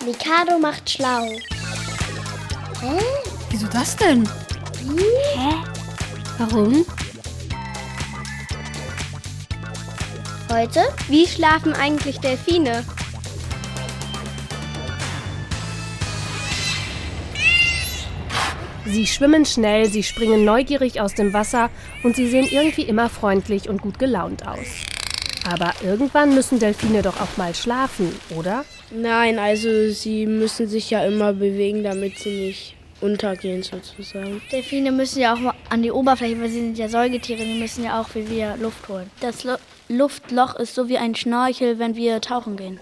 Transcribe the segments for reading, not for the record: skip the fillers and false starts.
Mikado macht schlau. Hä? Wieso das denn? Hä? Warum? Heute? Wie schlafen eigentlich Delfine? Sie schwimmen schnell, sie springen neugierig aus dem Wasser und sie sehen irgendwie immer freundlich und gut gelaunt aus. Aber irgendwann müssen Delfine doch auch mal schlafen, oder? Nein, also sie müssen sich ja immer bewegen, damit sie nicht untergehen sozusagen. Delfine müssen ja auch mal an die Oberfläche, weil sie sind ja Säugetiere, die müssen ja auch wie wir Luft holen. Das Luftloch ist so wie ein Schnorchel, wenn wir tauchen gehen.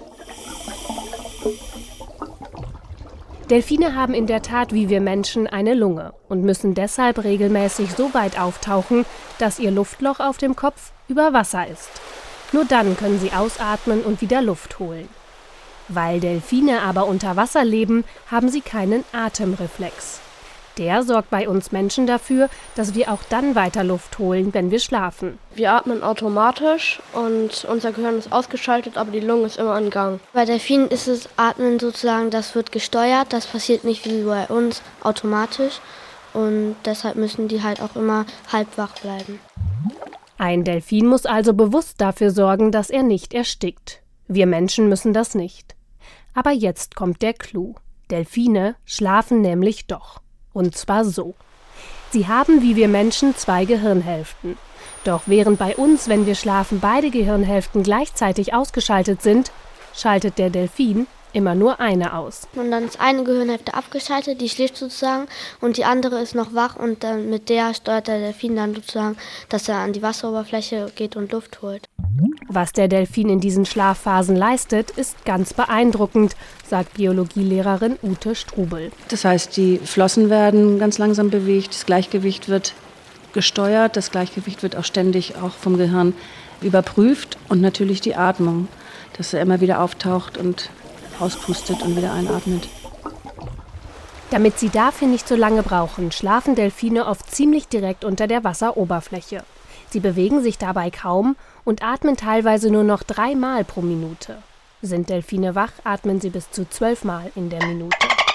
Delfine haben in der Tat wie wir Menschen eine Lunge und müssen deshalb regelmäßig so weit auftauchen, dass ihr Luftloch auf dem Kopf über Wasser ist. Nur dann können sie ausatmen und wieder Luft holen. Weil Delfine aber unter Wasser leben, haben sie keinen Atemreflex. Der sorgt bei uns Menschen dafür, dass wir auch dann weiter Luft holen, wenn wir schlafen. Wir atmen automatisch und unser Gehirn ist ausgeschaltet, aber die Lunge ist immer in Gang. Bei Delfinen ist es Atmen sozusagen, das wird gesteuert, das passiert nicht wie bei uns automatisch und deshalb müssen die halt auch immer halb wach bleiben. Ein Delfin muss also bewusst dafür sorgen, dass er nicht erstickt. Wir Menschen müssen das nicht. Aber jetzt kommt der Clou. Delfine schlafen nämlich doch. Und zwar so. Sie haben wie wir Menschen 2 Gehirnhälften. Doch während bei uns, wenn wir schlafen, beide Gehirnhälften gleichzeitig ausgeschaltet sind, schaltet der Delfin immer nur eine aus. Und dann ist eine Gehirnhälfte abgeschaltet, die schläft sozusagen und die andere ist noch wach und dann mit der steuert der Delfin dann sozusagen, dass er an die Wasseroberfläche geht und Luft holt. Was der Delfin in diesen Schlafphasen leistet, ist ganz beeindruckend, sagt Biologielehrerin Ute Strubel. Das heißt, die Flossen werden ganz langsam bewegt, das Gleichgewicht wird gesteuert, das Gleichgewicht wird auch ständig auch vom Gehirn überprüft und natürlich die Atmung, dass er immer wieder auftaucht und auspustet und wieder einatmet. Damit sie dafür nicht so lange brauchen, schlafen Delfine oft ziemlich direkt unter der Wasseroberfläche. Sie bewegen sich dabei kaum und atmen teilweise nur noch 3 Mal pro Minute. Sind Delfine wach, atmen sie bis zu 12 Mal in der Minute.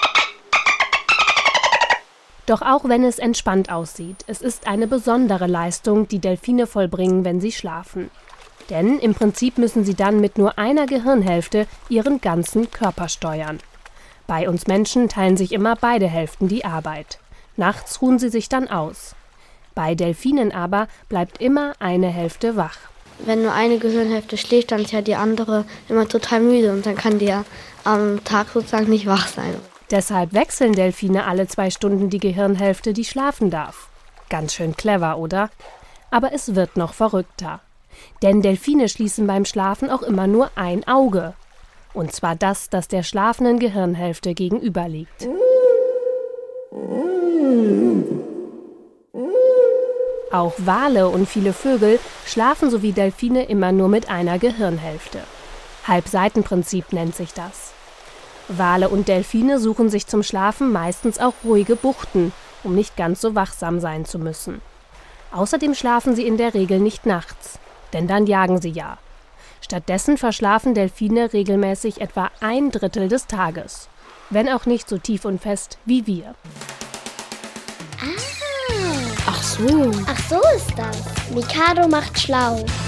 Doch auch wenn es entspannt aussieht, es ist eine besondere Leistung, die Delfine vollbringen, wenn sie schlafen. Denn im Prinzip müssen sie dann mit nur einer Gehirnhälfte ihren ganzen Körper steuern. Bei uns Menschen teilen sich immer beide Hälften die Arbeit. Nachts ruhen sie sich dann aus. Bei Delfinen aber bleibt immer eine Hälfte wach. Wenn nur eine Gehirnhälfte schläft, dann ist ja die andere immer total müde und dann kann die ja am Tag sozusagen nicht wach sein. Deshalb wechseln Delfine alle 2 Stunden die Gehirnhälfte, die schlafen darf. Ganz schön clever, oder? Aber es wird noch verrückter. Denn Delfine schließen beim Schlafen auch immer nur ein Auge. Und zwar das der schlafenden Gehirnhälfte gegenüber liegt. Auch Wale und viele Vögel schlafen so wie Delfine immer nur mit einer Gehirnhälfte. Halbseitenprinzip nennt sich das. Wale und Delfine suchen sich zum Schlafen meistens auch ruhige Buchten, um nicht ganz so wachsam sein zu müssen. Außerdem schlafen sie in der Regel nicht nachts, denn dann jagen sie ja. Stattdessen verschlafen Delfine regelmäßig etwa 1/3 des Tages, wenn auch nicht so tief und fest wie wir. Ach so ist das. Mikado macht schlau.